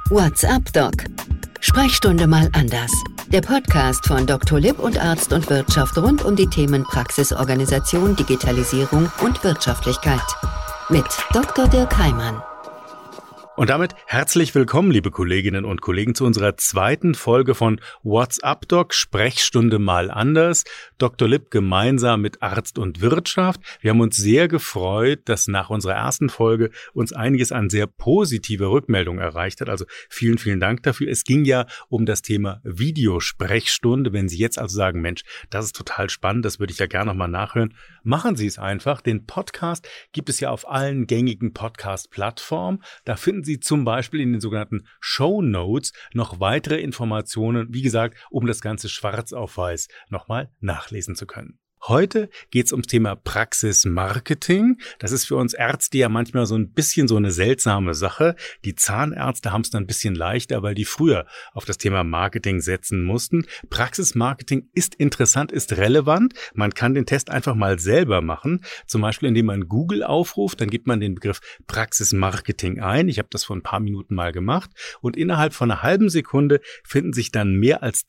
What's up, Doc? Sprechstunde mal anders. Der Podcast von Dr. Lipp und Arzt und Wirtschaft rund um die Themen Praxisorganisation, Digitalisierung und Wirtschaftlichkeit. Mit Dr. Dirk Heimann. Und damit herzlich willkommen, liebe Kolleginnen und Kollegen, zu unserer zweiten Folge von What's up, Doc? Sprechstunde mal anders. Dr. Lipp gemeinsam mit Arzt und Wirtschaft. Wir haben uns sehr gefreut, dass nach unserer ersten Folge uns einiges an sehr positiver Rückmeldung erreicht hat. Also vielen, vielen Dank dafür. Es ging ja um das Thema Videosprechstunde. Wenn Sie jetzt also sagen, Mensch, das ist total spannend, das würde ich ja gerne nochmal nachhören, machen Sie es einfach. Den Podcast gibt es ja auf allen gängigen Podcast-Plattformen. Da finden Sie zum Beispiel in den sogenannten Shownotes noch weitere Informationen, wie gesagt, um das Ganze schwarz auf weiß nochmal nachlesen zu können. Heute geht es ums Thema Praxismarketing. Das ist für uns Ärzte ja manchmal so ein bisschen so eine seltsame Sache. Die Zahnärzte haben es dann ein bisschen leichter, weil die früher auf das Thema Marketing setzen mussten. Praxismarketing ist interessant, ist relevant. Man kann den Test einfach mal selber machen. Zum Beispiel, indem man Google aufruft, dann gibt man den Begriff Praxismarketing ein. Ich habe das vor ein paar Minuten mal gemacht. Und innerhalb von einer halben Sekunde finden sich dann mehr als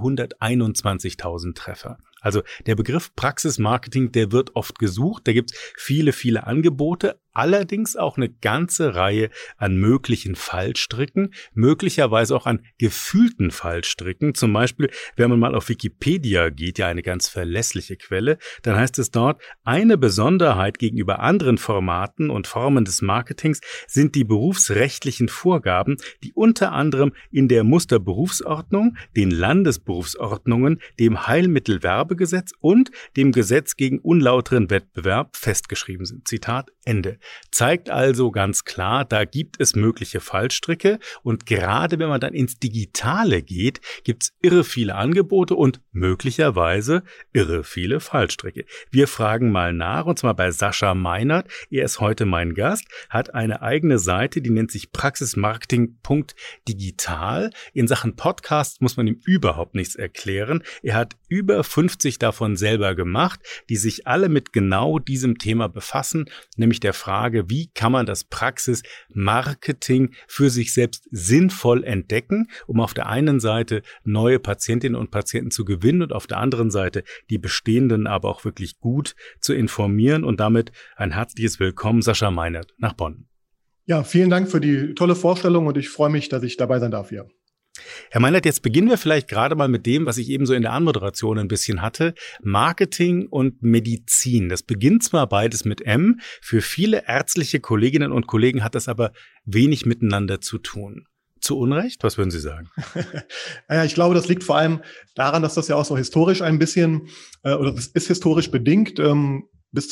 221.000 Treffer. Also der Begriff Praxismarketing, der wird oft gesucht. Da gibt es viele, viele Angebote. Allerdings auch eine ganze Reihe an möglichen Fallstricken, möglicherweise auch an gefühlten Fallstricken. Zum Beispiel, wenn man mal auf Wikipedia geht, ja eine ganz verlässliche Quelle, dann heißt es dort, eine Besonderheit gegenüber anderen Formaten und Formen des Marketings sind die berufsrechtlichen Vorgaben, die unter anderem in der Musterberufsordnung, den Landesberufsordnungen, dem Heilmittelwerbegesetz und dem Gesetz gegen unlauteren Wettbewerb festgeschrieben sind. Zitat Ende. Zeigt also ganz klar, da gibt es mögliche Fallstricke und gerade wenn man dann ins Digitale geht, gibt es irre viele Angebote und möglicherweise irre viele Fallstricke. Wir fragen mal nach und zwar bei Sascha Meinert. Er ist heute mein Gast, hat eine eigene Seite, die nennt sich praxismarketing.digital. In Sachen Podcast muss man ihm überhaupt nichts erklären. Er hat über 50 davon selber gemacht, die sich alle mit genau diesem Thema befassen, nämlich der Frage, wie kann man das Praxismarketing für sich selbst sinnvoll entdecken, um auf der einen Seite neue Patientinnen und Patienten zu gewinnen und auf der anderen Seite die bestehenden aber auch wirklich gut zu informieren. Und damit ein herzliches Willkommen, Sascha Meinert, nach Bonn. Ja, vielen Dank für die tolle Vorstellung und ich freue mich, dass ich dabei sein darf hier. Herr Meinert, jetzt beginnen wir vielleicht gerade mal mit dem, was ich eben so in der Anmoderation ein bisschen hatte. Marketing und Medizin. Das beginnt zwar beides mit M, für viele ärztliche Kolleginnen und Kollegen hat das aber wenig miteinander zu tun. Zu Unrecht? Was würden Sie sagen? Ja, ich glaube, das liegt vor allem daran, dass das ja auch so historisch ein bisschen, oder das ist historisch bedingt. Bis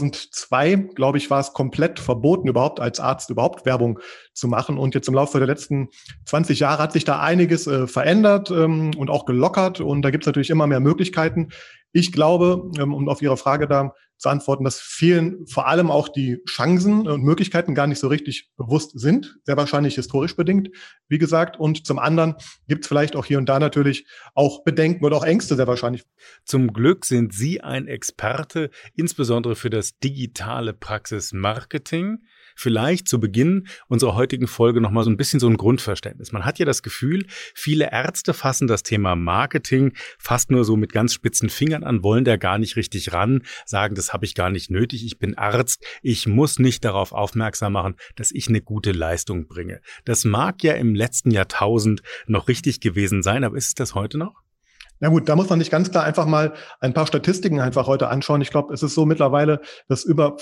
2002, glaube ich, war es komplett verboten, überhaupt als Arzt überhaupt Werbung zu machen. Und jetzt im Laufe der letzten 20 Jahre hat sich da einiges verändert und auch gelockert. Und da gibt es natürlich immer mehr Möglichkeiten. Ich glaube, um auf Ihre Frage da zu antworten, dass vielen vor allem auch die Chancen und Möglichkeiten gar nicht so richtig bewusst sind. Sehr wahrscheinlich historisch bedingt, wie gesagt. Und zum anderen gibt es vielleicht auch hier und da natürlich auch Bedenken oder auch Ängste, sehr wahrscheinlich. Zum Glück sind Sie ein Experte, insbesondere für das digitale Praxismarketing. Vielleicht zu Beginn unserer heutigen Folge nochmal so ein bisschen so ein Grundverständnis. Man hat ja das Gefühl, viele Ärzte fassen das Thema Marketing fast nur so mit ganz spitzen Fingern an, wollen da gar nicht richtig ran, sagen, das habe ich gar nicht nötig, ich bin Arzt, ich muss nicht darauf aufmerksam machen, dass ich eine gute Leistung bringe. Das mag ja im letzten Jahrtausend noch richtig gewesen sein, aber ist es das heute noch? Na gut, da muss man sich ganz klar einfach mal ein paar Statistiken einfach heute anschauen. Ich glaube, es ist so mittlerweile, dass über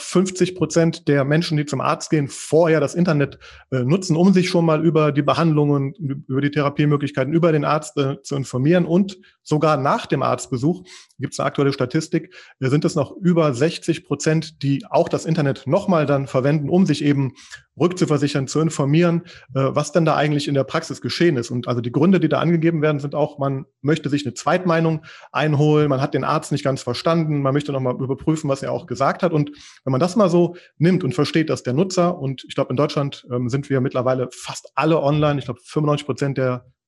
50% der Menschen, die zum Arzt gehen, vorher das Internet nutzen, um sich schon mal über die Behandlungen, über die Therapiemöglichkeiten, über den Arzt zu informieren. Und sogar nach dem Arztbesuch, gibt es eine aktuelle Statistik, sind es noch über 60%, die auch das Internet nochmal dann verwenden, um sich eben rückzuversichern, zu informieren, was denn da eigentlich in der Praxis geschehen ist. Und also die Gründe, die da angegeben werden, sind auch, man möchte sich eine Zweitmeinung einholen, man hat den Arzt nicht ganz verstanden, man möchte nochmal überprüfen, was er auch gesagt hat. Und wenn man das mal so nimmt und versteht, dass der Nutzer, und ich glaube, in Deutschland sind wir mittlerweile fast alle online, ich glaube 95% der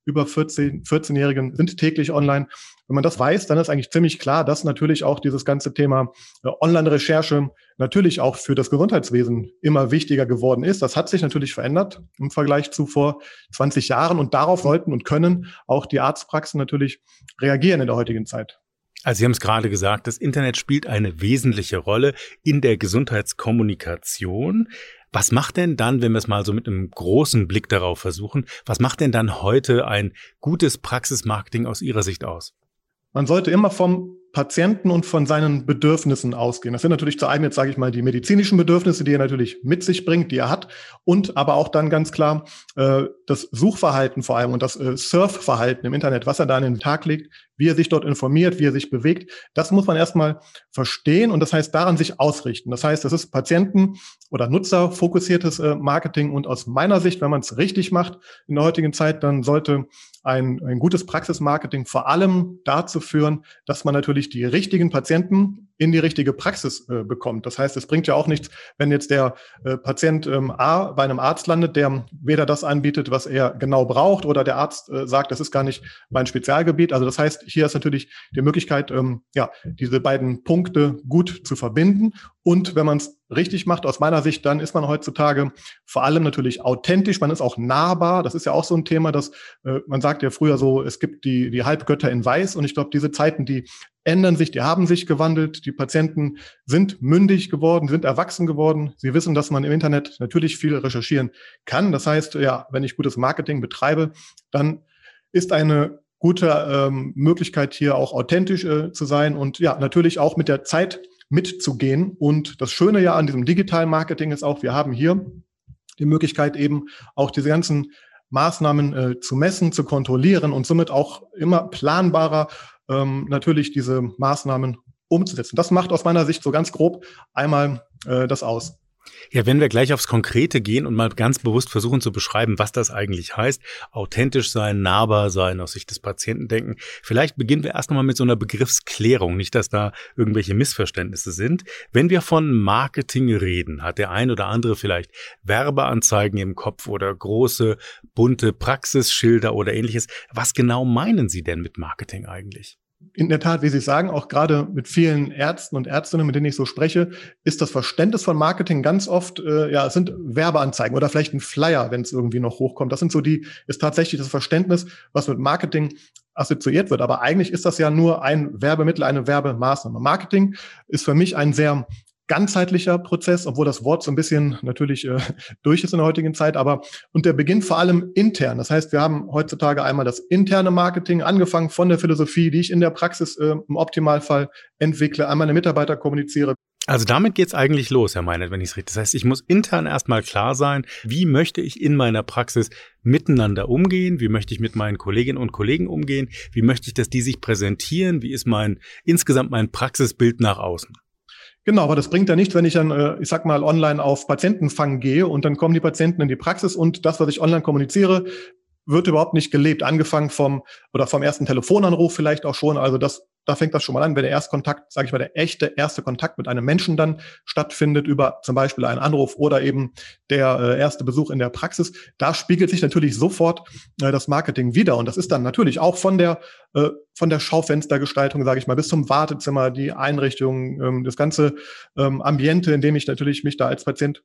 über 14-Jährigen sind täglich online. Wenn man das weiß, dann ist eigentlich ziemlich klar, dass natürlich auch dieses ganze Thema Online-Recherche natürlich auch für das Gesundheitswesen immer wichtiger geworden ist. Das hat sich natürlich verändert im Vergleich zu vor 20 Jahren und darauf sollten und können auch die Arztpraxen natürlich reagieren in der heutigen Zeit. Also Sie haben es gerade gesagt, das Internet spielt eine wesentliche Rolle in der Gesundheitskommunikation. Was macht denn dann, wenn wir es mal so mit einem großen Blick darauf versuchen, was macht denn dann heute ein gutes Praxismarketing aus Ihrer Sicht aus? Man sollte immer vom Patienten und von seinen Bedürfnissen ausgehen. Das sind natürlich zu einem jetzt, sage ich mal, die medizinischen Bedürfnisse, die er natürlich mit sich bringt, die er hat, und aber auch dann ganz klar das Suchverhalten vor allem und das Surfverhalten im Internet, was er da an den Tag legt, wie er sich dort informiert, wie er sich bewegt. Das muss man erstmal verstehen und das heißt daran sich ausrichten. Das heißt, das ist Patienten- oder Nutzerfokussiertes Marketing und aus meiner Sicht, wenn man es richtig macht in der heutigen Zeit, dann sollte ein gutes Praxismarketing vor allem dazu führen, dass man natürlich die richtigen Patienten in die richtige Praxis bekommt. Das heißt, es bringt ja auch nichts, wenn jetzt der Patient A bei einem Arzt landet, der weder das anbietet, was er genau braucht, oder der Arzt sagt, das ist gar nicht mein Spezialgebiet. Also das heißt, hier ist natürlich die Möglichkeit, diese beiden Punkte gut zu verbinden. Und wenn man es richtig macht, aus meiner Sicht, dann ist man heutzutage vor allem natürlich authentisch, man ist auch nahbar. Das ist ja auch so ein Thema, dass man sagt ja früher so, es gibt die Halbgötter in Weiß. Und ich glaube, diese Zeiten, die ändern sich, die haben sich gewandelt. Die Patienten sind mündig geworden, sind erwachsen geworden. Sie wissen, dass man im Internet natürlich viel recherchieren kann. Das heißt, ja, wenn ich gutes Marketing betreibe, dann ist eine gute Möglichkeit, hier auch authentisch zu sein und ja, natürlich auch mit der Zeit mitzugehen. Und das Schöne ja an diesem digitalen Marketing ist auch, wir haben hier die Möglichkeit eben auch diese ganzen Maßnahmen zu messen, zu kontrollieren und somit auch immer planbarer natürlich diese Maßnahmen umzusetzen. Das macht aus meiner Sicht so ganz grob einmal das aus. Ja, wenn wir gleich aufs Konkrete gehen und mal ganz bewusst versuchen zu beschreiben, was das eigentlich heißt, authentisch sein, nahbar sein, aus Sicht des Patienten denken. Vielleicht beginnen wir erst nochmal mit so einer Begriffsklärung, nicht, dass da irgendwelche Missverständnisse sind. Wenn wir von Marketing reden, hat der ein oder andere vielleicht Werbeanzeigen im Kopf oder große, bunte Praxisschilder oder ähnliches. Was genau meinen Sie denn mit Marketing eigentlich? In der Tat, wie Sie sagen, auch gerade mit vielen Ärzten und Ärztinnen, mit denen ich so spreche, ist das Verständnis von Marketing ganz oft, es sind Werbeanzeigen oder vielleicht ein Flyer, wenn es irgendwie noch hochkommt. Das ist tatsächlich das Verständnis, was mit Marketing assoziiert wird. Aber eigentlich ist das ja nur ein Werbemittel, eine Werbemaßnahme. Marketing ist für mich ein sehr ganzheitlicher Prozess, obwohl das Wort so ein bisschen natürlich durch ist in der heutigen Zeit, und der beginnt vor allem intern. Das heißt, wir haben heutzutage einmal das interne Marketing, angefangen von der Philosophie, die ich in der Praxis im Optimalfall entwickle, an meine Mitarbeiter kommuniziere. Also damit geht's eigentlich los, Herr Meinert, wenn ich es richtig. Das heißt, ich muss intern erstmal klar sein, wie möchte ich in meiner Praxis miteinander umgehen, wie möchte ich mit meinen Kolleginnen und Kollegen umgehen, wie möchte ich, dass die sich präsentieren, wie ist insgesamt mein Praxisbild nach außen. Genau, aber das bringt ja nichts, wenn ich dann, online auf Patientenfang gehe und dann kommen die Patienten in die Praxis und das, was ich online kommuniziere, wird überhaupt nicht gelebt. Angefangen vom ersten Telefonanruf vielleicht auch schon. Also da fängt das schon mal an, wenn der Erstkontakt, sage ich mal, der echte erste Kontakt mit einem Menschen dann stattfindet über zum Beispiel einen Anruf oder eben der erste Besuch in der Praxis. Da spiegelt sich natürlich sofort das Marketing wieder. Und das ist dann natürlich auch von der Schaufenstergestaltung, sage ich mal, bis zum Wartezimmer, die Einrichtung, das ganze Ambiente, in dem ich natürlich mich da als Patient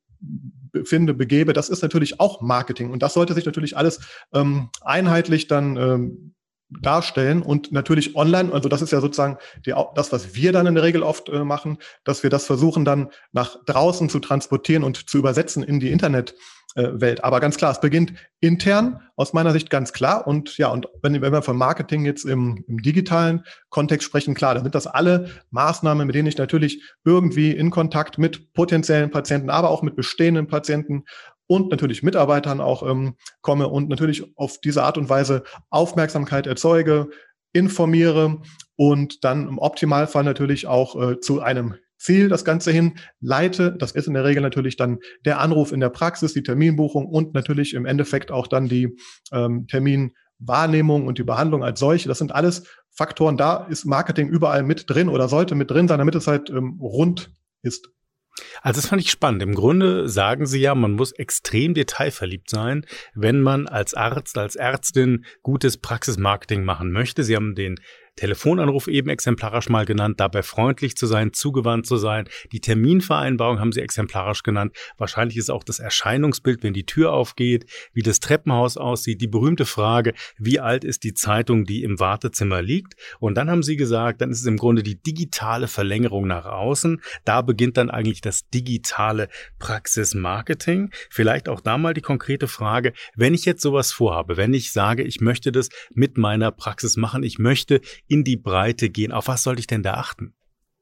begebe, das ist natürlich auch Marketing. Und das sollte sich natürlich alles einheitlich dann darstellen und natürlich online, also das ist ja sozusagen das, was wir dann in der Regel oft machen, dass wir das versuchen dann nach draußen zu transportieren und zu übersetzen in die Internetwelt. Aber ganz klar, es beginnt intern, aus meiner Sicht ganz klar. Und wenn wir von Marketing jetzt im digitalen Kontext sprechen, klar, dann sind das alle Maßnahmen, mit denen ich natürlich irgendwie in Kontakt mit potenziellen Patienten, aber auch mit bestehenden Patienten und natürlich Mitarbeitern auch komme und natürlich auf diese Art und Weise Aufmerksamkeit erzeuge, informiere und dann im Optimalfall natürlich auch zu einem Ziel das Ganze hin leite. Das ist in der Regel natürlich dann der Anruf in der Praxis, die Terminbuchung und natürlich im Endeffekt auch dann die Terminwahrnehmung und die Behandlung als solche. Das sind alles Faktoren, da ist Marketing überall mit drin oder sollte mit drin sein, damit es halt rund ist. Also das fand ich spannend. Im Grunde sagen Sie ja, man muss extrem detailverliebt sein, wenn man als Arzt, als Ärztin gutes Praxismarketing machen möchte. Sie haben den Telefonanruf eben exemplarisch mal genannt, dabei freundlich zu sein, zugewandt zu sein. Die Terminvereinbarung haben Sie exemplarisch genannt. Wahrscheinlich ist auch das Erscheinungsbild, wenn die Tür aufgeht, wie das Treppenhaus aussieht. Die berühmte Frage, wie alt ist die Zeitung, die im Wartezimmer liegt? Und dann haben Sie gesagt, dann ist es im Grunde die digitale Verlängerung nach außen. Da beginnt dann eigentlich das digitale Praxismarketing. Vielleicht auch da mal die konkrete Frage, wenn ich jetzt sowas vorhabe, wenn ich sage, ich möchte das mit meiner Praxis machen, ich möchte in die Breite gehen. Auf was sollte ich denn da achten?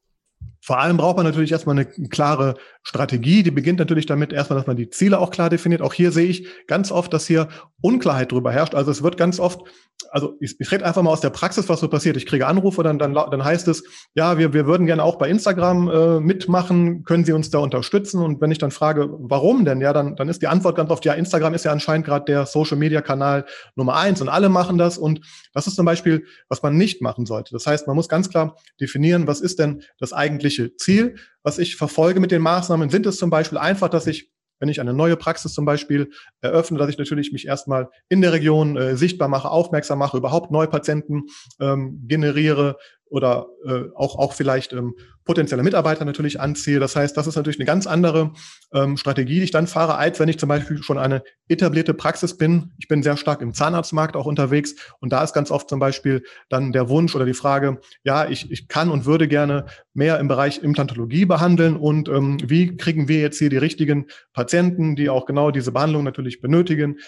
Vor allem braucht man natürlich erstmal eine klare Strategie. Die beginnt natürlich damit erstmal, dass man die Ziele auch klar definiert. Auch hier sehe ich ganz oft, dass hier Unklarheit drüber herrscht. Also es wird ganz oft, also ich rede einfach mal aus der Praxis, was so passiert. Ich kriege Anrufe, dann heißt es, ja, wir würden gerne auch bei Instagram mitmachen. Können Sie uns da unterstützen? Und wenn ich dann frage, warum denn? Ja, dann ist die Antwort ganz oft, ja, Instagram ist ja anscheinend gerade der Social-Media-Kanal Nummer 1 und alle machen das. Und das ist zum Beispiel, was man nicht machen sollte. Das heißt, man muss ganz klar definieren, was ist denn das eigentliche Ziel, was ich verfolge mit den Maßnahmen. Sind es zum Beispiel einfach, dass ich, wenn ich eine neue Praxis zum Beispiel eröffne, dass ich natürlich mich erstmal in der Region sichtbar mache, aufmerksam mache, überhaupt Neupatienten generiere oder auch vielleicht potenzielle Mitarbeiter natürlich anziehe. Das heißt, das ist natürlich eine ganz andere Strategie, die ich dann fahre, als wenn ich zum Beispiel schon eine etablierte Praxis bin. Ich bin sehr stark im Zahnarztmarkt auch unterwegs und da ist ganz oft zum Beispiel dann der Wunsch oder die Frage, ja, ich kann und würde gerne mehr im Bereich Implantologie behandeln und wie kriegen wir jetzt hier die richtigen Patienten, die auch genau diese Behandlung natürlich benötigen,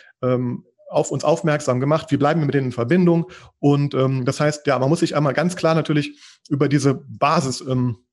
auf uns aufmerksam gemacht, wie bleiben wir mit denen in Verbindung und das heißt, ja, man muss sich einmal ganz klar natürlich über diese Basis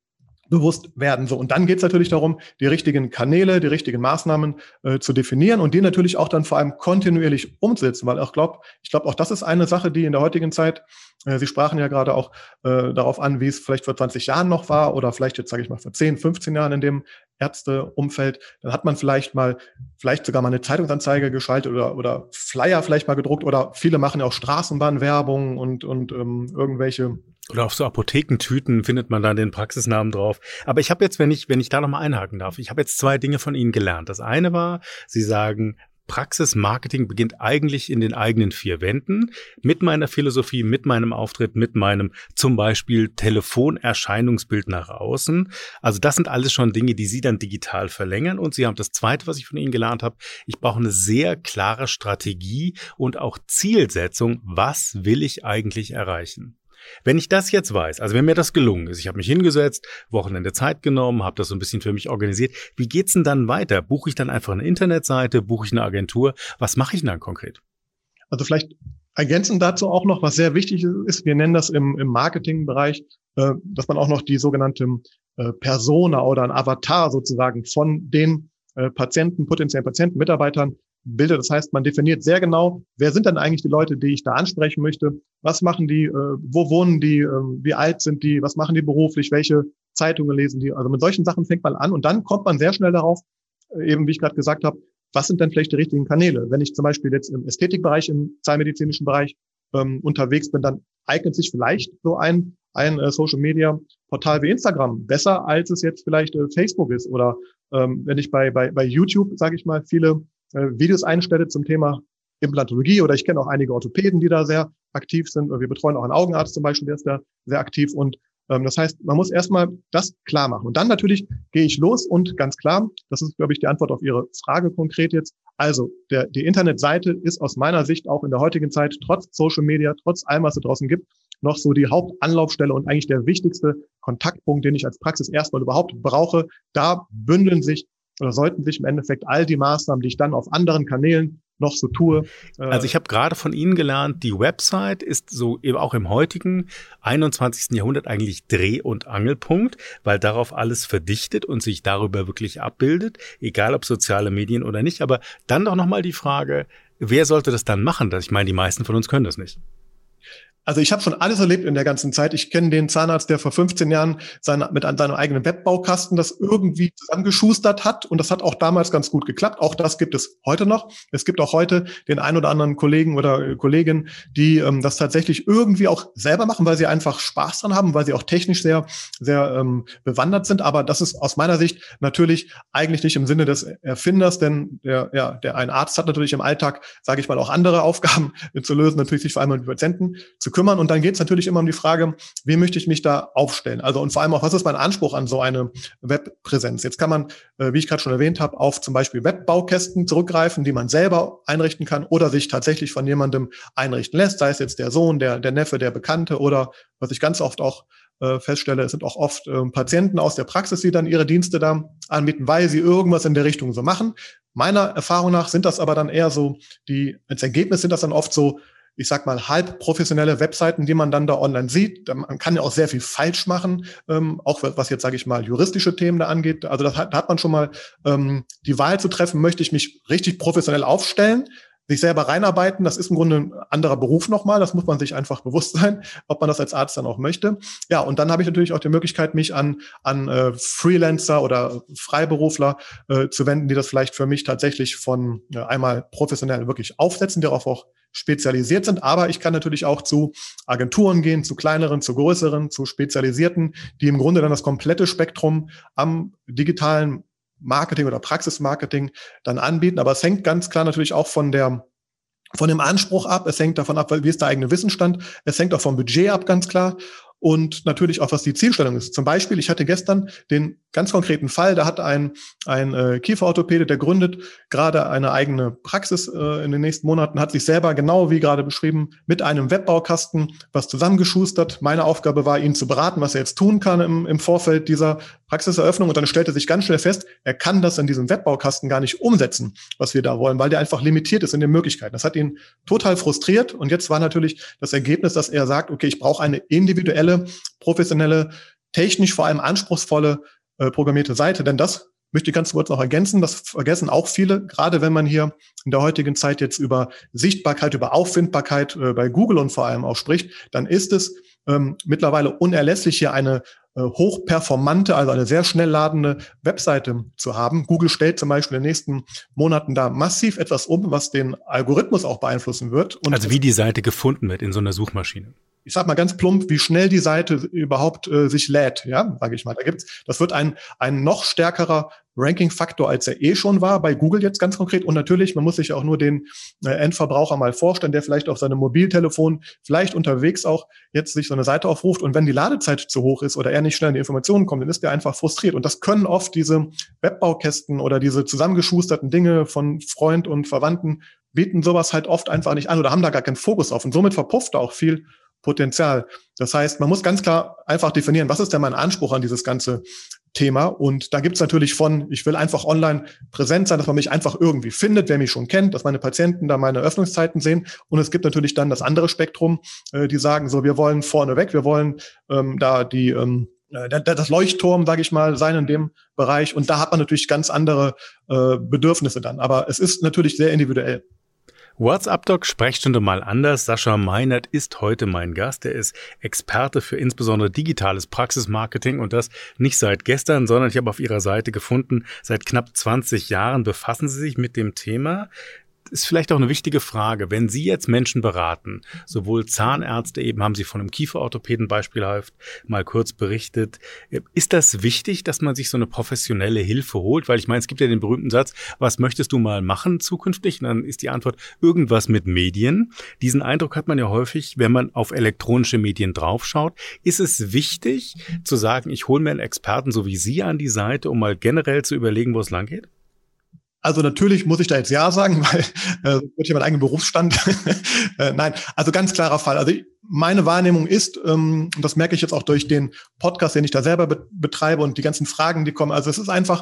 bewusst werden. So, und dann geht es natürlich darum, die richtigen Kanäle, die richtigen Maßnahmen zu definieren und die natürlich auch dann vor allem kontinuierlich umzusetzen, weil ich glaube, auch das ist eine Sache, die in der heutigen Zeit, Sie sprachen ja gerade auch darauf an, wie es vielleicht vor 20 Jahren noch war oder vielleicht jetzt, sage ich mal, vor 10, 15 Jahren in dem Ärzteumfeld, dann hat man vielleicht sogar mal eine Zeitungsanzeige geschaltet oder Flyer vielleicht mal gedruckt oder viele machen ja auch Straßenbahnwerbung und irgendwelche. Oder auf so Apothekentüten findet man dann den Praxisnamen drauf. Aber ich habe jetzt, wenn ich da nochmal einhaken darf, ich habe jetzt 2 Dinge von Ihnen gelernt. Das eine war, Sie sagen, Praxismarketing beginnt eigentlich in den eigenen 4 Wänden, mit meiner Philosophie, mit meinem Auftritt, mit meinem zum Beispiel Telefonerscheinungsbild nach außen. Also das sind alles schon Dinge, die Sie dann digital verlängern. Und Sie haben das Zweite, was ich von Ihnen gelernt habe, ich brauche eine sehr klare Strategie und auch Zielsetzung. Was will ich eigentlich erreichen? Wenn ich das jetzt weiß, also wenn mir das gelungen ist, ich habe mich hingesetzt, Wochenende Zeit genommen, habe das so ein bisschen für mich organisiert, wie geht's denn dann weiter? Buche ich dann einfach eine Internetseite, buche ich eine Agentur? Was mache ich denn dann konkret? Also vielleicht ergänzend dazu auch noch, was sehr wichtig ist, wir nennen das im Marketingbereich, dass man auch noch die sogenannte Persona oder ein Avatar sozusagen von den potenziellen Patienten, Mitarbeitern bildet. Das heißt, man definiert sehr genau, wer sind denn eigentlich die Leute, die ich da ansprechen möchte, was machen die, wo wohnen die, wie alt sind die, was machen die beruflich, welche Zeitungen lesen die. Also mit solchen Sachen fängt man an und dann kommt man sehr schnell darauf, eben wie ich gerade gesagt habe, was sind denn vielleicht die richtigen Kanäle? Wenn ich zum Beispiel jetzt im Ästhetikbereich, im zahnmedizinischen Bereich unterwegs bin, dann eignet sich vielleicht so ein Social-Media-Portal wie Instagram besser, als es jetzt vielleicht Facebook ist. Oder wenn ich bei YouTube, sage ich mal, viele Videos einstelle zum Thema Implantologie oder ich kenne auch einige Orthopäden, die da sehr aktiv sind. Wir betreuen auch einen Augenarzt zum Beispiel, der ist da sehr aktiv und das heißt, man muss erstmal das klar machen. Und dann natürlich gehe ich los und ganz klar, das ist, glaube ich, die Antwort auf Ihre Frage konkret jetzt. Also, die Internetseite ist aus meiner Sicht auch in der heutigen Zeit, trotz Social Media, trotz allem, was es draußen gibt, noch so die Hauptanlaufstelle und eigentlich der wichtigste Kontaktpunkt, den ich als Praxis erstmal überhaupt brauche. Da bündeln sich oder sollten sich im Endeffekt all die Maßnahmen, die ich dann auf anderen Kanälen noch so tue. Also ich habe gerade von Ihnen gelernt, die Website ist so eben auch im heutigen 21. Jahrhundert eigentlich Dreh- und Angelpunkt, weil darauf alles verdichtet und sich darüber wirklich abbildet, egal ob soziale Medien oder nicht. Aber dann doch nochmal die Frage, wer sollte das dann machen? Ich meine, die meisten von uns können das nicht. Also ich habe schon alles erlebt in der ganzen Zeit. Ich kenne den Zahnarzt, der vor 15 Jahren mit an seinem eigenen Webbaukasten das irgendwie zusammengeschustert hat. Und das hat auch damals ganz gut geklappt. Auch das gibt es heute noch. Es gibt auch heute den ein oder anderen Kollegen oder Kollegin, die das tatsächlich irgendwie auch selber machen, weil sie einfach Spaß dran haben, weil sie auch technisch sehr, sehr bewandert sind. Aber das ist aus meiner Sicht natürlich eigentlich nicht im Sinne des Erfinders, denn ein Arzt hat natürlich im Alltag, sage ich mal, auch andere Aufgaben zu lösen, natürlich sich vor allem um die Patienten zu kümmern. Und dann geht es natürlich immer um die Frage, wie möchte ich mich da aufstellen? Also und vor allem auch, was ist mein Anspruch an so eine Webpräsenz? Jetzt kann man, wie ich gerade schon erwähnt habe, auf zum Beispiel Webbaukästen zurückgreifen, die man selber einrichten kann oder sich tatsächlich von jemandem einrichten lässt, sei es jetzt der Sohn, der Neffe, der Bekannte oder was ich ganz oft auch feststelle, es sind auch oft Patienten aus der Praxis, die dann ihre Dienste da anbieten, weil sie irgendwas in der Richtung so machen. Meiner Erfahrung nach sind das aber dann eher so, als Ergebnis sind das dann oft so, ich sag mal, halb professionelle Webseiten, die man dann da online sieht. Man kann ja auch sehr viel falsch machen, auch was jetzt, sage ich mal, juristische Themen da angeht. Also da hat man schon mal die Wahl zu treffen, möchte ich mich richtig professionell aufstellen, sich selber reinarbeiten. Das ist im Grunde ein anderer Beruf nochmal. Das muss man sich einfach bewusst sein, ob man das als Arzt dann auch möchte. Ja, und dann habe ich natürlich auch die Möglichkeit, mich an Freelancer oder Freiberufler zu wenden, die das vielleicht für mich tatsächlich von einmal professionell wirklich aufsetzen, die darauf auch spezialisiert sind. Aber ich kann natürlich auch zu Agenturen gehen, zu kleineren, zu größeren, zu spezialisierten, die im Grunde dann das komplette Spektrum am digitalen Marketing oder Praxismarketing dann anbieten. Aber es hängt ganz klar natürlich auch von dem Anspruch ab. Es hängt davon ab, wie ist der eigene Wissensstand. Es hängt auch vom Budget ab, ganz klar. Und natürlich auch, was die Zielstellung ist. Zum Beispiel, ich hatte gestern den ganz konkreten Fall, da hat ein Kieferorthopäde, der gründet gerade eine eigene Praxis in den nächsten Monaten, hat sich selber, genau wie gerade beschrieben, mit einem Webbaukasten was zusammengeschustert. Meine Aufgabe war, ihn zu beraten, was er jetzt tun kann im Vorfeld dieser Praxiseröffnung. Und dann stellte sich ganz schnell fest, er kann das in diesem Webbaukasten gar nicht umsetzen, was wir da wollen, weil der einfach limitiert ist in den Möglichkeiten. Das hat ihn total frustriert. Und jetzt war natürlich das Ergebnis, dass er sagt, okay, ich brauche eine individuelle, professionelle, technisch vor allem anspruchsvolle programmierte Seite. Denn das möchte ich ganz kurz noch ergänzen, das vergessen auch viele, gerade wenn man hier in der heutigen Zeit jetzt über Sichtbarkeit, über Auffindbarkeit bei Google und vor allem auch spricht, dann ist es mittlerweile unerlässlich, hier eine hochperformante, also eine sehr schnell ladende Webseite zu haben. Google stellt zum Beispiel in den nächsten Monaten da massiv etwas um, was den Algorithmus auch beeinflussen wird. Und also wie die Seite gefunden wird in so einer Suchmaschine. Ich sag mal ganz plump, wie schnell die Seite überhaupt sich lädt, ja, sage ich mal. Das wird ein noch stärkerer Ranking-Faktor, als er schon war, bei Google jetzt ganz konkret. Und natürlich, man muss sich auch nur den Endverbraucher mal vorstellen, der vielleicht auf seinem Mobiltelefon, vielleicht unterwegs auch jetzt sich so eine Seite aufruft. Und wenn die Ladezeit zu hoch ist oder er nicht schnell an die Informationen kommt, dann ist der einfach frustriert. Und das können oft diese Webbaukästen oder diese zusammengeschusterten Dinge von Freund und Verwandten bieten sowas halt oft einfach nicht an oder haben da gar keinen Fokus auf. Und somit verpufft da auch viel Potenzial. Das heißt, man muss ganz klar einfach definieren, was ist denn mein Anspruch an dieses ganze Thema? Und da gibt es natürlich ich will einfach online präsent sein, dass man mich einfach irgendwie findet, wer mich schon kennt, dass meine Patienten da meine Öffnungszeiten sehen. Und es gibt natürlich dann das andere Spektrum, die sagen so, wir wollen vorneweg, wir wollen da das Leuchtturm, sage ich mal, sein in dem Bereich. Und da hat man natürlich ganz andere Bedürfnisse dann. Aber es ist natürlich sehr individuell. WhatsApp-Doc Sprechstunde mal anders. Sascha Meinert ist heute mein Gast. Er ist Experte für insbesondere digitales Praxismarketing und das nicht seit gestern, sondern ich habe auf Ihrer Seite gefunden, seit knapp 20 Jahren befassen Sie sich mit dem Thema. Ist vielleicht auch eine wichtige Frage. Wenn Sie jetzt Menschen beraten, sowohl Zahnärzte, eben haben Sie von einem Kieferorthopäden beispielhaft mal kurz berichtet, ist das wichtig, dass man sich so eine professionelle Hilfe holt? Weil ich meine, es gibt ja den berühmten Satz, was möchtest du mal machen zukünftig? Und dann ist die Antwort irgendwas mit Medien. Diesen Eindruck hat man ja häufig, wenn man auf elektronische Medien draufschaut. Ist es wichtig zu sagen, ich hole mir einen Experten so wie Sie an die Seite, um mal generell zu überlegen, wo es lang geht? Also natürlich muss ich da jetzt Ja sagen, weil wird ja mein eigener Berufsstand. Nein, also ganz klarer Fall. Also meine Wahrnehmung ist, und das merke ich jetzt auch durch den Podcast, den ich da selber betreibe und die ganzen Fragen, die kommen. Also es ist einfach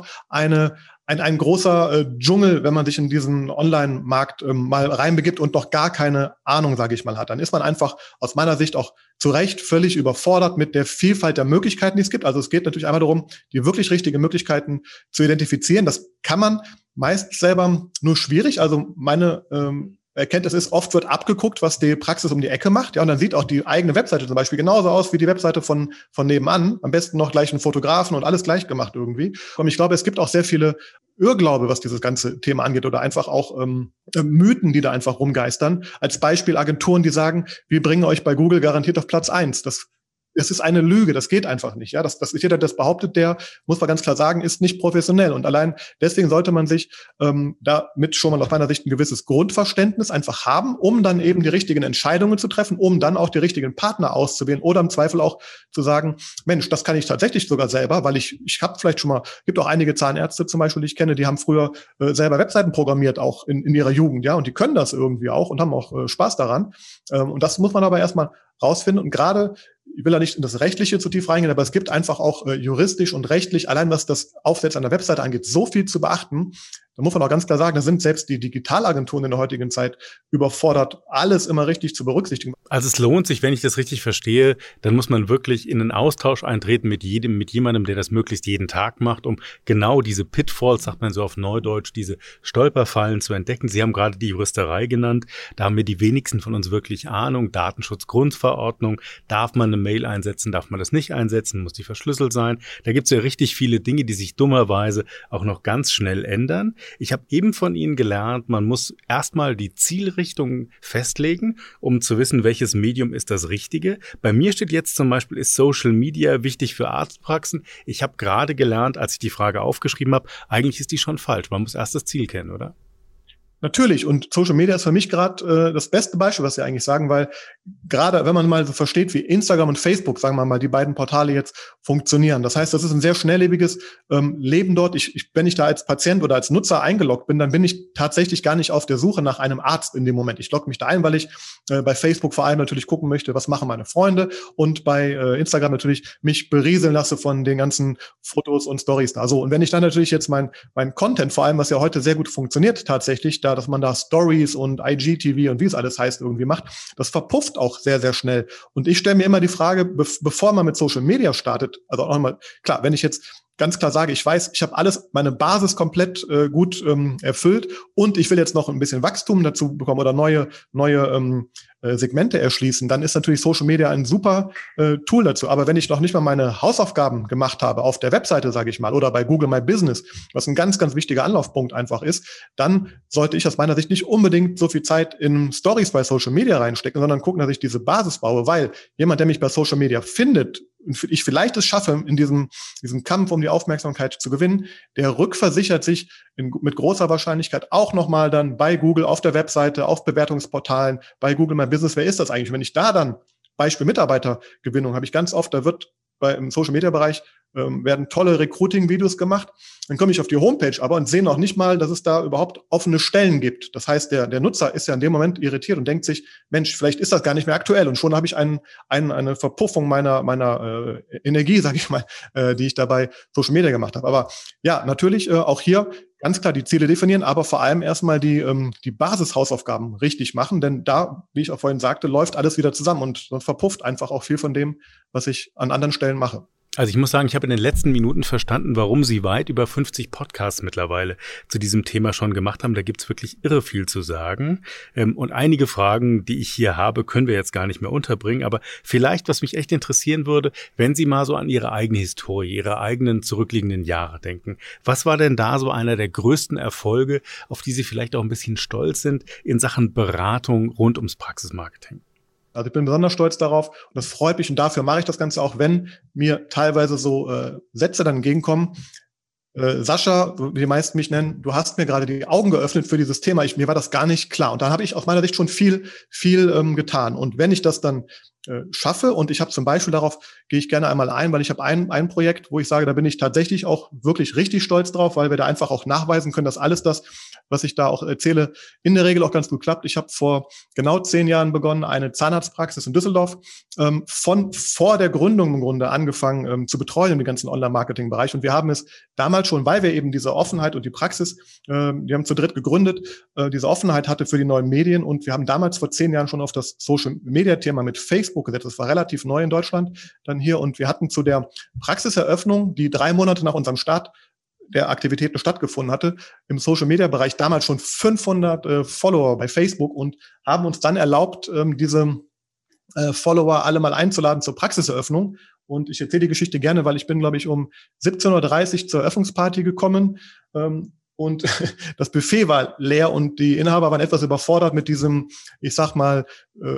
ein großer Dschungel, wenn man sich in diesen Online-Markt mal reinbegibt und noch gar keine Ahnung, sage ich mal, hat. Dann ist man einfach aus meiner Sicht auch zu Recht völlig überfordert mit der Vielfalt der Möglichkeiten, die es gibt. Also es geht natürlich einmal darum, die wirklich richtigen Möglichkeiten zu identifizieren. Das kann man meist selber nur schwierig. Also meine Erkenntnis ist, oft wird abgeguckt, was die Praxis um die Ecke macht. Ja, und dann sieht auch die eigene Webseite zum Beispiel genauso aus wie die Webseite von nebenan. Am besten noch gleich einen Fotografen und alles gleich gemacht irgendwie. Und ich glaube, es gibt auch sehr viele Irrglaube, was dieses ganze Thema angeht, oder einfach auch Mythen, die da einfach rumgeistern. Als Beispiel Agenturen, die sagen, wir bringen euch bei Google garantiert auf Platz 1. Es ist eine Lüge, das geht einfach nicht. Ja, das ist jeder, der das behauptet, der, muss man ganz klar sagen, ist nicht professionell. Und allein deswegen sollte man sich damit schon mal aus meiner Sicht ein gewisses Grundverständnis einfach haben, um dann eben die richtigen Entscheidungen zu treffen, um dann auch die richtigen Partner auszuwählen oder im Zweifel auch zu sagen, Mensch, das kann ich tatsächlich sogar selber, weil ich habe vielleicht schon mal, gibt auch einige Zahnärzte zum Beispiel, die ich kenne, die haben früher selber Webseiten programmiert, auch in ihrer Jugend, ja, und die können das irgendwie auch und haben auch Spaß daran. Und das muss man aber erstmal rausfinden. Und gerade, ich will da nicht in das Rechtliche zu tief reingehen, aber es gibt einfach auch juristisch und rechtlich, allein was das Aufsetzen einer Webseite angeht, so viel zu beachten. Da muss man auch ganz klar sagen, da sind selbst die Digitalagenturen in der heutigen Zeit überfordert, alles immer richtig zu berücksichtigen. Also es lohnt sich, wenn ich das richtig verstehe, dann muss man wirklich in einen Austausch eintreten mit jemandem, der das möglichst jeden Tag macht, um genau diese Pitfalls, sagt man so auf Neudeutsch, diese Stolperfallen zu entdecken. Sie haben gerade die Juristerei genannt. Da haben wir die wenigsten von uns wirklich Ahnung. Datenschutzgrundverordnung. Darf man eine Mail einsetzen? Darf man das nicht einsetzen? Muss die verschlüsselt sein? Da gibt es ja richtig viele Dinge, die sich dummerweise auch noch ganz schnell ändern. Ich habe eben von Ihnen gelernt, man muss erstmal die Zielrichtung festlegen, um zu wissen, welches Medium ist das Richtige. Bei mir steht jetzt zum Beispiel, ist Social Media wichtig für Arztpraxen? Ich habe gerade gelernt, als ich die Frage aufgeschrieben habe, eigentlich ist die schon falsch. Man muss erst das Ziel kennen, oder? Natürlich. Und Social Media ist für mich gerade das beste Beispiel, was Sie eigentlich sagen, weil gerade wenn man mal so versteht, wie Instagram und Facebook, sagen wir mal, die beiden Portale jetzt funktionieren. Das heißt, das ist ein sehr schnelllebiges Leben dort. Wenn ich da als Patient oder als Nutzer eingeloggt bin, dann bin ich tatsächlich gar nicht auf der Suche nach einem Arzt in dem Moment. Ich logge mich da ein, weil ich bei Facebook vor allem natürlich gucken möchte, was machen meine Freunde, und bei Instagram natürlich mich berieseln lasse von den ganzen Fotos und Stories da. So, und wenn ich dann natürlich jetzt mein Content, vor allem, was ja heute sehr gut funktioniert tatsächlich, dass man da Stories und IGTV und wie es alles heißt irgendwie macht, das verpufft auch sehr, sehr schnell. Und ich stelle mir immer die Frage, bevor man mit Social Media startet, also auch mal, klar, wenn ich jetzt ganz klar sage, ich weiß, ich habe alles, meine Basis komplett gut erfüllt und ich will jetzt noch ein bisschen Wachstum dazu bekommen oder neue Segmente erschließen, dann ist natürlich Social Media ein super Tool dazu. Aber wenn ich noch nicht mal meine Hausaufgaben gemacht habe auf der Webseite, sage ich mal, oder bei Google My Business, was ein ganz, ganz wichtiger Anlaufpunkt einfach ist, dann sollte ich aus meiner Sicht nicht unbedingt so viel Zeit in Stories bei Social Media reinstecken, sondern gucken, dass ich diese Basis baue, weil jemand, der mich bei Social Media findet, und ich vielleicht es schaffe, in diesem Kampf um die Aufmerksamkeit zu gewinnen, der rückversichert sich mit großer Wahrscheinlichkeit auch nochmal dann bei Google auf der Webseite, auf Bewertungsportalen, bei Google My Business. Wer ist das eigentlich? Wenn ich da dann, Beispiel Mitarbeitergewinnung, habe ich ganz oft, da wird im Social-Media-Bereich werden tolle Recruiting-Videos gemacht. Dann komme ich auf die Homepage aber und sehe noch nicht mal, dass es da überhaupt offene Stellen gibt. Das heißt, der Nutzer ist ja in dem Moment irritiert und denkt sich, Mensch, vielleicht ist das gar nicht mehr aktuell. Und schon habe ich eine Verpuffung meiner Energie, sage ich mal, die ich dabei Social Media gemacht habe. Aber ja, natürlich auch hier ganz klar die Ziele definieren, aber vor allem erstmal die Basishausaufgaben richtig machen. Denn da, wie ich auch vorhin sagte, läuft alles wieder zusammen und verpufft einfach auch viel von dem, was ich an anderen Stellen mache. Also ich muss sagen, ich habe in den letzten Minuten verstanden, warum Sie weit über 50 Podcasts mittlerweile zu diesem Thema schon gemacht haben. Da gibt's wirklich irre viel zu sagen. Und einige Fragen, die ich hier habe, können wir jetzt gar nicht mehr unterbringen. Aber vielleicht, was mich echt interessieren würde, wenn Sie mal so an Ihre eigene Historie, Ihre eigenen zurückliegenden Jahre denken. Was war denn da so einer der größten Erfolge, auf die Sie vielleicht auch ein bisschen stolz sind in Sachen Beratung rund ums Praxismarketing? Also ich bin besonders stolz darauf und das freut mich und dafür mache ich das Ganze auch, wenn mir teilweise so Sätze dann entgegenkommen. Sascha, wie die meisten mich nennen, du hast mir gerade die Augen geöffnet für dieses Thema. Mir war das gar nicht klar. Und dann habe ich aus meiner Sicht schon viel getan. Und wenn ich das dann schaffe, und ich habe zum Beispiel, darauf gehe ich gerne einmal ein, weil ich habe ein Projekt, wo ich sage, da bin ich tatsächlich auch wirklich richtig stolz drauf, weil wir da einfach auch nachweisen können, dass alles das, was ich da auch erzähle, in der Regel auch ganz gut klappt. Ich habe vor genau 10 Jahren begonnen, eine Zahnarztpraxis in Düsseldorf vor der Gründung im Grunde angefangen zu betreuen im ganzen Online-Marketing-Bereich. Und wir haben es damals schon, weil wir eben diese Offenheit und die Praxis, wir haben zu dritt gegründet, diese Offenheit hatte für die neuen Medien. Und wir haben damals vor 10 Jahren schon auf das Social-Media-Thema mit Facebook gesetzt. Das war relativ neu in Deutschland dann hier. Und wir hatten zu der Praxiseröffnung, die 3 Monate nach unserem Start der Aktivitäten stattgefunden hatte, im Social-Media-Bereich damals schon 500 Follower bei Facebook und haben uns dann erlaubt, diese Follower alle mal einzuladen zur Praxiseröffnung. Und ich erzähle die Geschichte gerne, weil ich bin, glaube ich, um 17:30 Uhr zur Eröffnungsparty gekommen und das Buffet war leer und die Inhaber waren etwas überfordert mit diesem, ich sag mal,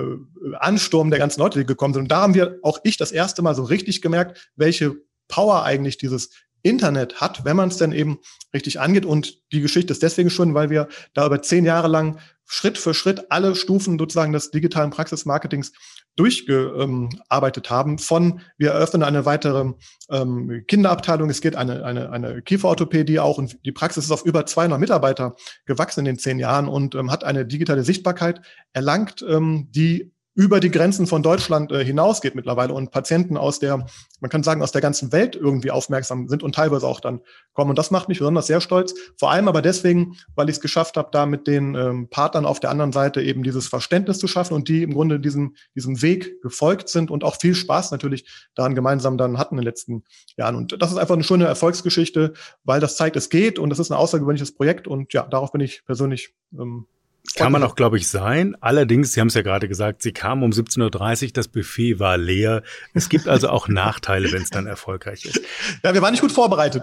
Ansturm der ganzen Leute, die gekommen sind. Und da haben auch ich das erste Mal so richtig gemerkt, welche Power eigentlich dieses Internet hat, wenn man es denn eben richtig angeht. Und die Geschichte ist deswegen schön, weil wir da über 10 Jahre lang Schritt für Schritt alle Stufen sozusagen des digitalen Praxismarketings durchgearbeitet haben. Von wir eröffnen eine weitere Kinderabteilung, es geht eine Kieferorthopädie auch und die Praxis ist auf über 200 Mitarbeiter gewachsen in den 10 Jahren und hat eine digitale Sichtbarkeit erlangt, die über die Grenzen von Deutschland hinausgeht mittlerweile und Patienten man kann sagen, aus der ganzen Welt irgendwie aufmerksam sind und teilweise auch dann kommen. Und das macht mich besonders sehr stolz. Vor allem aber deswegen, weil ich es geschafft habe, da mit den Partnern auf der anderen Seite eben dieses Verständnis zu schaffen und die im Grunde diesem Weg gefolgt sind und auch viel Spaß natürlich daran gemeinsam dann hatten in den letzten Jahren. Und das ist einfach eine schöne Erfolgsgeschichte, weil das zeigt, es geht und das ist ein außergewöhnliches Projekt und ja, darauf bin ich persönlich kann man auch, glaube ich, sein. Allerdings, Sie haben es ja gerade gesagt, Sie kamen um 17:30 Uhr, das Buffet war leer. Es gibt also auch Nachteile, wenn es dann erfolgreich ist. Ja, wir waren nicht gut vorbereitet.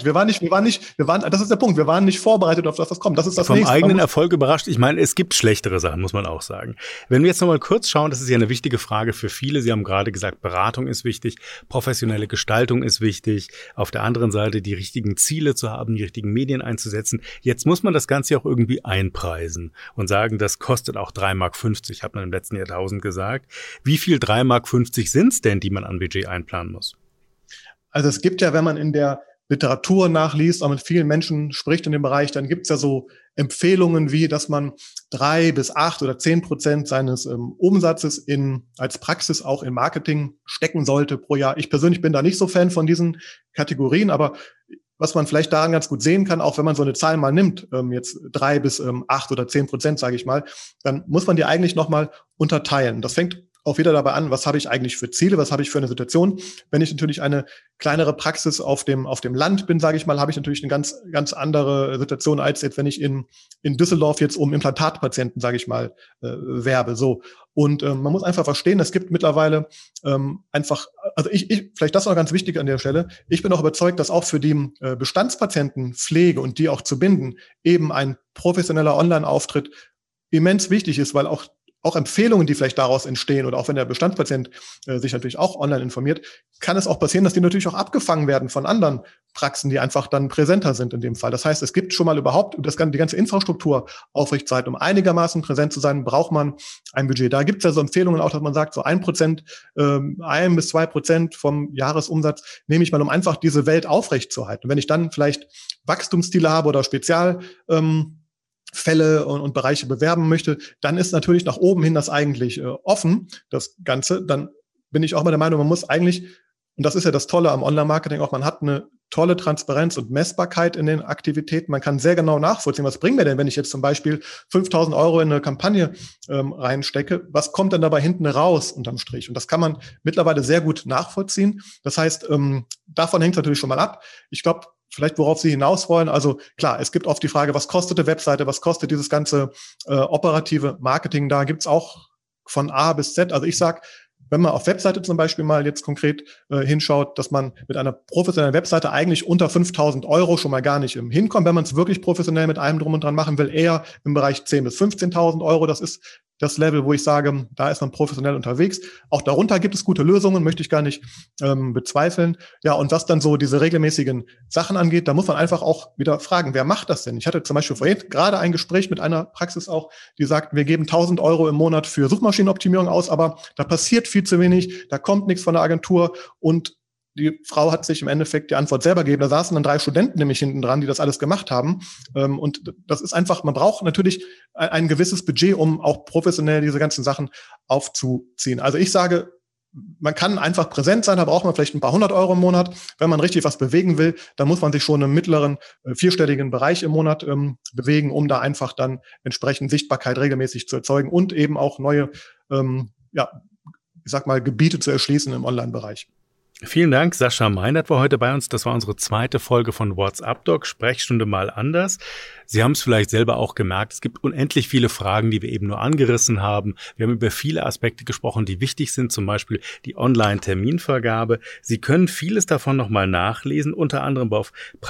Das ist der Punkt. Wir waren nicht vorbereitet auf das, was kommt. Das ist das Vom Nächste. eigenen Erfolg überrascht. Ich meine, es gibt schlechtere Sachen, muss man auch sagen. Wenn wir jetzt nochmal kurz schauen, das ist ja eine wichtige Frage für viele. Sie haben gerade gesagt, Beratung ist wichtig, professionelle Gestaltung ist wichtig. Auf der anderen Seite die richtigen Ziele zu haben, die richtigen Medien einzusetzen. Jetzt muss man das Ganze auch irgendwie einpreisen und sagen, das kostet auch 3,50 Mark, hat man im letzten Jahrtausend gesagt. Wie viel 3,50 Mark sind es denn, die man an Budget einplanen muss? Also es gibt ja, wenn man in der Literatur nachliest, auch mit vielen Menschen spricht in dem Bereich, dann gibt es ja so Empfehlungen wie, dass man 3 bis 8 oder 10% seines Umsatzes als Praxis auch in Marketing stecken sollte pro Jahr. Ich persönlich bin da nicht so Fan von diesen Kategorien, aber was man vielleicht daran ganz gut sehen kann, auch wenn man so eine Zahl mal nimmt, jetzt 3 bis 8 oder 10%, sage ich mal, dann muss man die eigentlich nochmal unterteilen. Das fängt auch wieder dabei an, was habe ich eigentlich für Ziele, was habe ich für eine Situation. Wenn ich natürlich eine kleinere Praxis auf dem Land bin, sage ich mal, habe ich natürlich eine ganz andere Situation, als jetzt, wenn ich in Düsseldorf jetzt um Implantatpatienten, sage ich mal, werbe. So. Und man muss einfach verstehen, es gibt mittlerweile also vielleicht das noch ganz wichtig an der Stelle, ich bin auch überzeugt, dass auch für die Bestandspatientenpflege und die auch zu binden, eben ein professioneller Online-Auftritt immens wichtig ist, weil auch Empfehlungen, die vielleicht daraus entstehen oder auch wenn der Bestandspatient sich natürlich auch online informiert, kann es auch passieren, dass die natürlich auch abgefangen werden von anderen Praxen, die einfach dann präsenter sind in dem Fall. Das heißt, es gibt schon mal überhaupt, die ganze Infrastruktur aufrechtzuerhalten, um einigermaßen präsent zu sein, braucht man ein Budget. Da gibt es ja so Empfehlungen auch, dass man sagt, so 1%, 1 bis 2% vom Jahresumsatz nehme ich mal, um einfach diese Welt aufrechtzuerhalten. Und wenn ich dann vielleicht Wachstumsziele habe oder Fälle und Bereiche bewerben möchte, dann ist natürlich nach oben hin das eigentlich offen, das Ganze. Dann bin ich auch mal der Meinung, man muss eigentlich, und das ist ja das Tolle am Online-Marketing auch, man hat eine tolle Transparenz und Messbarkeit in den Aktivitäten. Man kann sehr genau nachvollziehen, was bringt mir denn, wenn ich jetzt zum Beispiel 5.000 € in eine Kampagne reinstecke, was kommt denn dabei hinten raus unterm Strich? Und das kann man mittlerweile sehr gut nachvollziehen. Das heißt, davon hängt es natürlich schon mal ab. Ich glaube, vielleicht worauf Sie hinaus wollen, also klar, es gibt oft die Frage, was kostet eine Webseite, was kostet dieses ganze operative Marketing, da gibt's auch von A bis Z. Also ich sage, wenn man auf Webseite zum Beispiel mal jetzt konkret hinschaut, dass man mit einer professionellen Webseite eigentlich unter 5.000 € schon mal gar nicht hinkommt, wenn man es wirklich professionell mit allem drum und dran machen will, eher im Bereich 10.000 bis 15.000 €, das ist das Level, wo ich sage, da ist man professionell unterwegs. Auch darunter gibt es gute Lösungen, möchte ich gar nicht bezweifeln. Ja, und was dann so diese regelmäßigen Sachen angeht, da muss man einfach auch wieder fragen, wer macht das denn? Ich hatte zum Beispiel vorhin gerade ein Gespräch mit einer Praxis auch, die sagt, wir geben 1.000 € im Monat für Suchmaschinenoptimierung aus, aber da passiert viel zu wenig, da kommt nichts von der Agentur und die Frau hat sich im Endeffekt die Antwort selber gegeben. Da saßen dann 3 Studenten nämlich hinten dran, die das alles gemacht haben. Und das ist einfach, man braucht natürlich ein gewisses Budget, um auch professionell diese ganzen Sachen aufzuziehen. Also ich sage, man kann einfach präsent sein, da braucht man vielleicht ein paar 100 € im Monat. Wenn man richtig was bewegen will, dann muss man sich schon im mittleren, vierstelligen Bereich im Monat bewegen, um da einfach dann entsprechend Sichtbarkeit regelmäßig zu erzeugen und eben auch neue, ich sag mal, Gebiete zu erschließen im Online-Bereich. Vielen Dank. Sascha Meinert war heute bei uns. Das war unsere zweite Folge von What's Up Doc, Sprechstunde mal anders. Sie haben es vielleicht selber auch gemerkt, es gibt unendlich viele Fragen, die wir eben nur angerissen haben. Wir haben über viele Aspekte gesprochen, die wichtig sind, zum Beispiel die Online-Terminvergabe. Sie können vieles davon nochmal nachlesen, unter anderem auf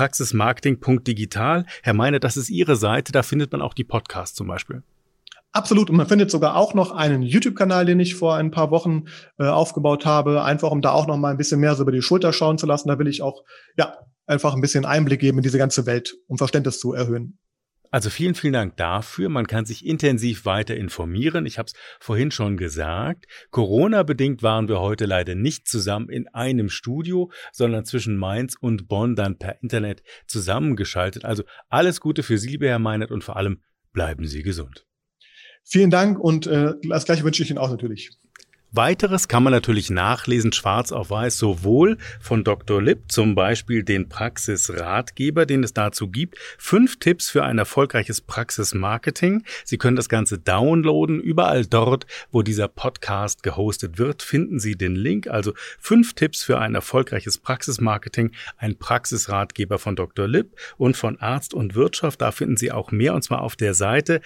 praxismarketing.digital. Herr Meinert, das ist Ihre Seite, da findet man auch die Podcasts zum Beispiel. Absolut. Und man findet sogar auch noch einen YouTube-Kanal, den ich vor ein paar Wochen aufgebaut habe, einfach um da auch noch mal ein bisschen mehr so über die Schulter schauen zu lassen. Da will ich auch einfach ein bisschen Einblick geben in diese ganze Welt, um Verständnis zu erhöhen. Also vielen, vielen Dank dafür. Man kann sich intensiv weiter informieren. Ich habe es vorhin schon gesagt. Corona-bedingt waren wir heute leider nicht zusammen in einem Studio, sondern zwischen Mainz und Bonn dann per Internet zusammengeschaltet. Also alles Gute für Sie, lieber Herr Meinert, und vor allem bleiben Sie gesund. Vielen Dank und das Gleiche wünsche ich Ihnen auch natürlich. Weiteres kann man natürlich nachlesen, schwarz auf weiß, sowohl von Dr. Lipp, zum Beispiel den Praxisratgeber, den es dazu gibt. 5 Tipps für ein erfolgreiches Praxismarketing. Sie können das Ganze downloaden. Überall dort, wo dieser Podcast gehostet wird, finden Sie den Link. Also 5 Tipps für ein erfolgreiches Praxismarketing. Ein Praxisratgeber von Dr. Lipp und von Arzt und Wirtschaft. Da finden Sie auch mehr, und zwar auf der Seite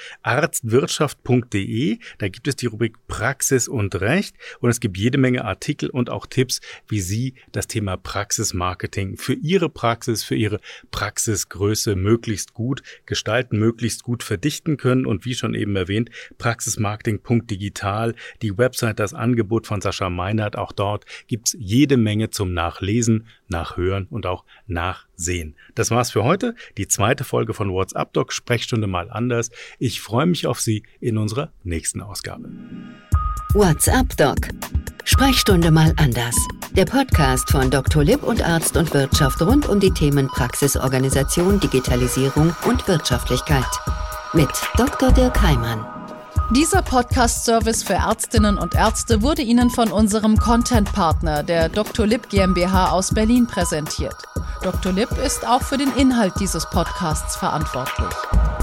arztwirtschaft.de. Da gibt es die Rubrik Praxis und Recht. Und es gibt jede Menge Artikel und auch Tipps, wie Sie das Thema Praxismarketing für Ihre Praxis, für Ihre Praxisgröße möglichst gut gestalten, möglichst gut verdichten können. Und wie schon eben erwähnt, praxismarketing.digital, die Website, das Angebot von Sascha Meinert, auch dort gibt's jede Menge zum Nachlesen, Nachhören und auch Nachsehen. Das war's für heute, die zweite Folge von What's Up Doc, Sprechstunde mal anders. Ich freue mich auf Sie in unserer nächsten Ausgabe. What's Up Doc? Sprechstunde mal anders. Der Podcast von Dr. Lipp und Arzt und Wirtschaft rund um die Themen Praxisorganisation, Digitalisierung und Wirtschaftlichkeit. Mit Dr. Dirk Heimann. Dieser Podcast-Service für Ärztinnen und Ärzte wurde Ihnen von unserem Content-Partner, der Dr. Lipp GmbH aus Berlin, präsentiert. Dr. Lipp ist auch für den Inhalt dieses Podcasts verantwortlich.